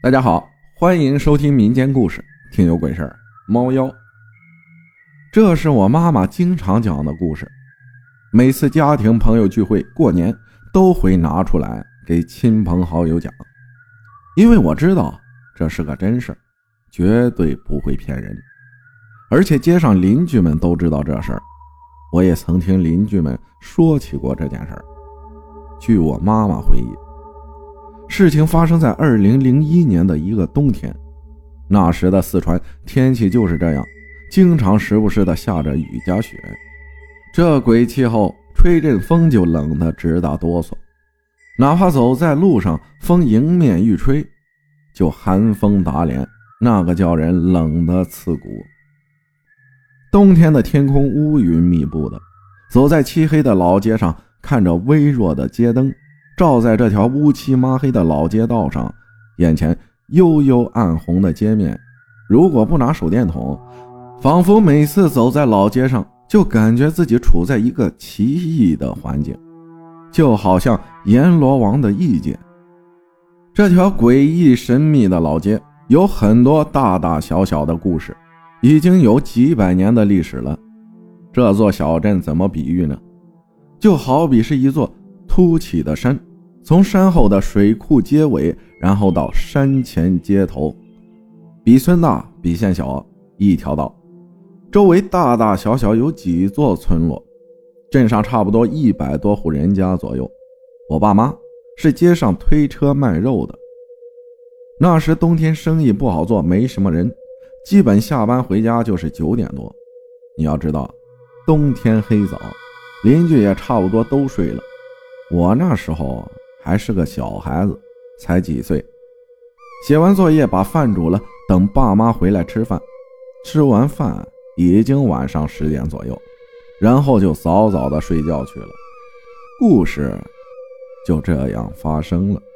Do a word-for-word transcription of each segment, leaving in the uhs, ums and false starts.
大家好，欢迎收听民间故事，听有鬼事儿猫妖。这是我妈妈经常讲的故事，每次家庭朋友聚会过年都会拿出来给亲朋好友讲，因为我知道这是个真事，绝对不会骗人。而且街上邻居们都知道这事儿，我也曾听邻居们说起过这件事儿。据我妈妈回忆，事情发生在二零零一年的一个冬天，那时的四川天气就是这样，经常时不时的下着雨加雪，这鬼气候吹阵风就冷得直打哆嗦，哪怕走在路上风迎面欲吹就寒风打脸，那个叫人冷得刺骨。冬天的天空乌云密布的，走在漆黑的老街上，看着微弱的街灯照在这条乌漆麻黑的老街道上，眼前幽幽暗红的街面，如果不拿手电筒，仿佛每次走在老街上就感觉自己处在一个奇异的环境，就好像阎罗王的异界。这条诡异神秘的老街有很多大大小小的故事，已经有几百年的历史了。这座小镇怎么比喻呢？就好比是一座凸起的山，从山后的水库街尾，然后到山前街头，比村大比县小，一条道，周围大大小小有几座村落，镇上差不多一百多户人家左右。我爸妈是街上推车卖肉的，那时冬天生意不好做，没什么人，基本下班回家就是九点多。你要知道冬天黑早，邻居也差不多都睡了，我那时候还是个小孩子，才几岁。写完作业把饭煮了，等爸妈回来吃饭，吃完饭已经晚上十点左右，然后就早早的睡觉去了。故事就这样发生了。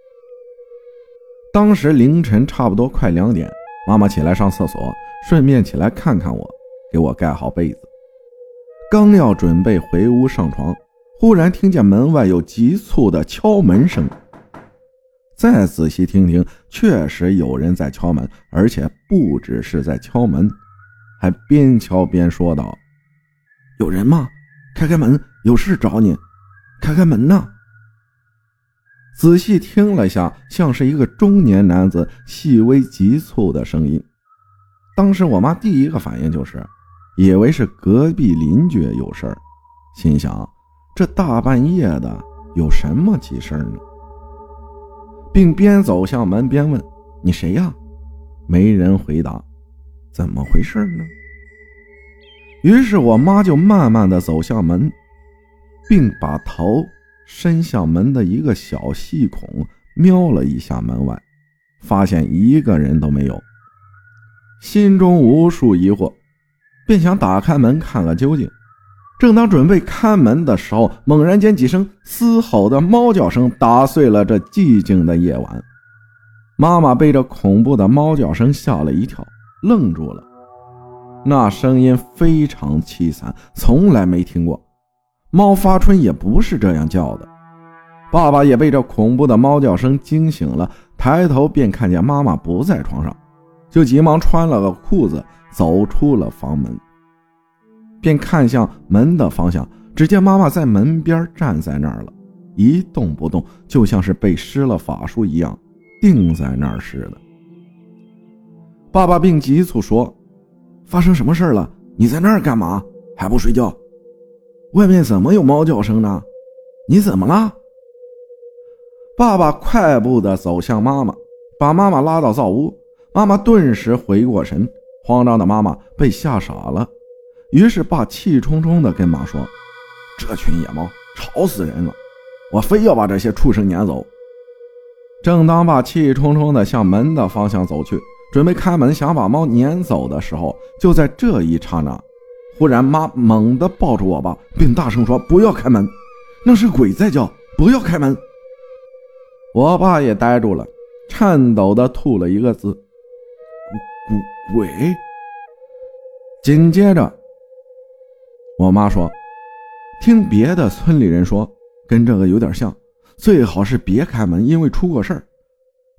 当时凌晨差不多快两点，妈妈起来上厕所，顺便起来看看我，给我盖好被子，刚要准备回屋上床，忽然听见门外有急促的敲门声。再仔细听听，确实有人在敲门，而且不只是在敲门，还边敲边说道：有人吗？开开门，有事找你，开开门呐！仔细听了下，像是一个中年男子细微急促的声音。当时我妈第一个反应就是以为是隔壁邻居有事儿，心想这大半夜的有什么急事呢？并边走向门边问：你谁呀？没人回答，怎么回事呢？于是我妈就慢慢地走向门，并把头伸向门的一个小细孔，瞄了一下门外，发现一个人都没有，心中无数疑惑，便想打开门看个究竟。正当准备开门的时候，猛然间几声嘶吼的猫叫声打碎了这寂静的夜晚。妈妈被这恐怖的猫叫声吓了一跳，愣住了。那声音非常凄惨，从来没听过，猫发春也不是这样叫的。爸爸也被这恐怖的猫叫声惊醒了，抬头便看见妈妈不在床上，就急忙穿了个裤子走出了房门，便看向门的方向，只见妈妈在门边站在那儿了，一动不动，就像是被施了法术一样，定在那儿似的。爸爸并急促说：发生什么事了？你在那儿干嘛？还不睡觉？外面怎么有猫叫声呢？你怎么了？爸爸快步地走向妈妈，把妈妈拉到灶屋。妈妈顿时回过神，慌张的妈妈被吓傻了，于是爸气冲冲地跟妈说：这群野猫吵死人了，我非要把这些畜生撵走。正当爸气冲冲地向门的方向走去，准备开门想把猫撵走的时候，就在这一刹那，忽然妈猛地抱住我爸，并大声说：不要开门，那是鬼在叫，不要开门。我爸也呆住了，颤抖地吐了一个字：鬼。紧接着我妈说：听别的村里人说跟这个有点像，最好是别开门，因为出过事儿。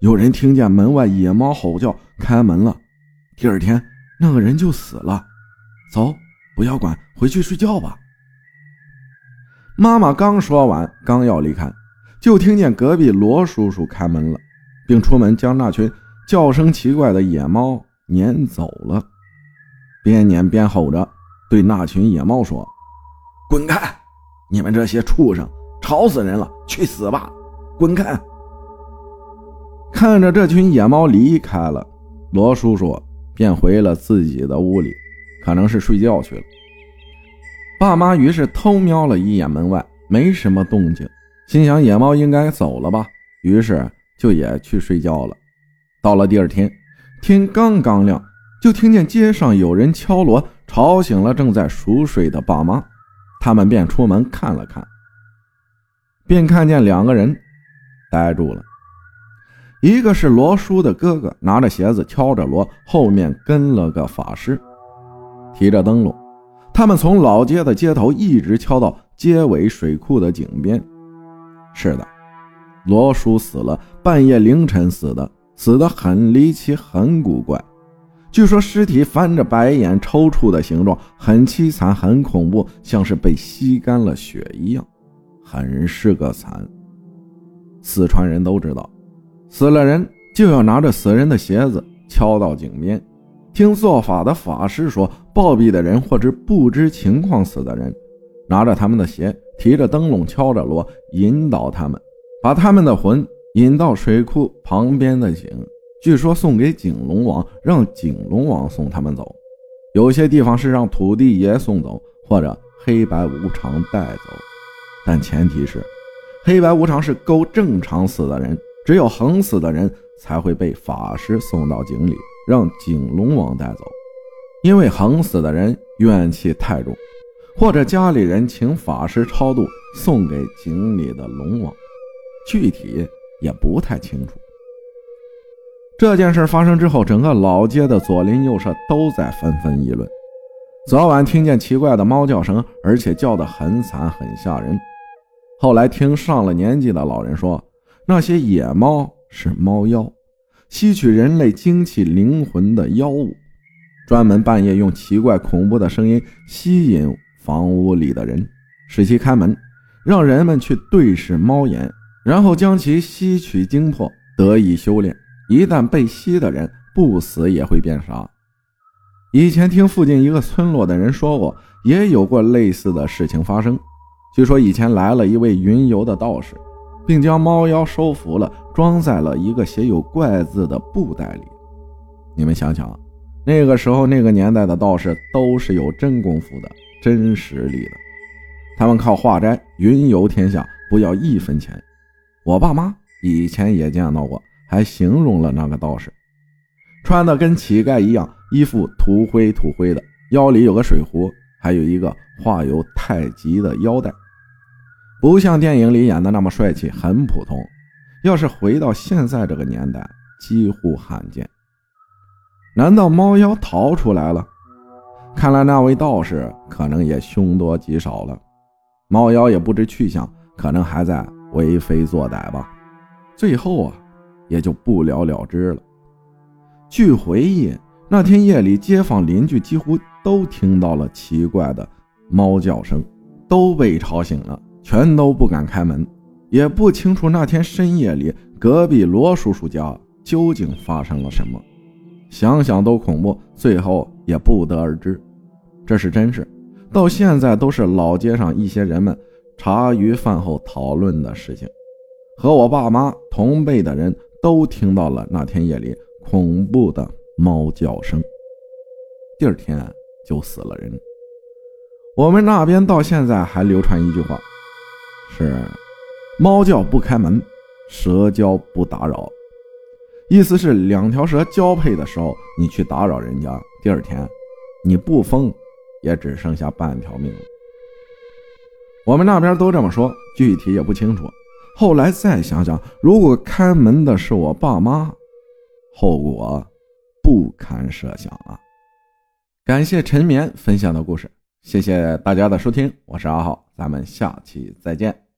有人听见门外野猫吼叫，开门了。第二天那个人就死了。走，不要管，回去睡觉吧。妈妈刚说完，刚要离开，就听见隔壁罗叔叔开门了，并出门将那群叫声奇怪的野猫撵走了，边撵边吼着对那群野猫说：滚开，你们这些畜生，吵死人了，去死吧，滚开。看着这群野猫离开了，罗叔叔便回了自己的屋里，可能是睡觉去了。爸妈于是偷瞄了一眼门外，没什么动静，心想野猫应该走了吧，于是就也去睡觉了。到了第二天，天刚刚亮，就听见街上有人敲锣，吵醒了正在熟睡的爸妈。他们便出门看了看，便看见两个人呆住了。一个是罗叔的哥哥，拿着鞋子敲着锣，后面跟了个法师，提着灯笼。他们从老街的街头一直敲到街尾水库的井边。是的，罗叔死了，半夜凌晨死的，死得很离奇，很古怪。据说尸体翻着白眼，抽搐的形状很凄惨，很恐怖，像是被吸干了血一样，很是个惨。四川人都知道，死了人就要拿着死人的鞋子敲到井边。听做法的法师说，暴毙的人或者不知情况死的人，拿着他们的鞋，提着灯笼，敲着锣，引导他们，把他们的魂引到水库旁边的井，据说送给井龙王，让井龙王送他们走。有些地方是让土地爷送走，或者黑白无常带走，但前提是黑白无常是勾正常死的人，只有横死的人才会被法师送到井里，让井龙王带走。因为横死的人怨气太重，或者家里人请法师超度送给井里的龙王，具体也不太清楚。这件事发生之后，整个老街的左邻右舍都在纷纷议论。早晚听见奇怪的猫叫声，而且叫得很惨很吓人。后来听上了年纪的老人说，那些野猫是猫妖，吸取人类精气灵魂的妖物，专门半夜用奇怪恐怖的声音吸引房屋里的人，使其开门，让人们去对视猫眼，然后将其吸取精魄，得以修炼。一旦被吸的人不死也会变傻。以前听附近一个村落的人说过，也有过类似的事情发生。据说以前来了一位云游的道士，并将猫妖收服了，装在了一个写有怪字的布袋里。你们想想，那个时候那个年代的道士都是有真功夫的，真实力的，他们靠化斋云游天下，不要一分钱。我爸妈以前也见到过，还形容了那个道士，穿的跟乞丐一样，衣服土灰土灰的，腰里有个水壶，还有一个画有太极的腰带，不像电影里演的那么帅气，很普通。要是回到现在这个年代，几乎罕见。难道猫妖逃出来了？看来那位道士可能也凶多吉少了，猫妖也不知去向，可能还在为非作歹吧。最后啊，也就不了了之了。据回忆，那天夜里街坊邻居几乎都听到了奇怪的猫叫声，都被吵醒了，全都不敢开门，也不清楚那天深夜里隔壁罗叔叔家究竟发生了什么，想想都恐怖，最后也不得而知。这是真事，到现在都是老街上一些人们茶余饭后讨论的事情。和我爸妈同辈的人都听到了那天夜里恐怖的猫叫声，第二天就死了人。我们那边到现在还流传一句话，是猫叫不开门，蛇交不打扰，意思是两条蛇交配的时候你去打扰人家，第二天你不疯也只剩下半条命了。我们那边都这么说，具体也不清楚。后来再想想，如果开门的是我爸妈，后果不堪设想啊。感谢陈眠分享的故事，谢谢大家的收听，我是阿浩，咱们下期再见。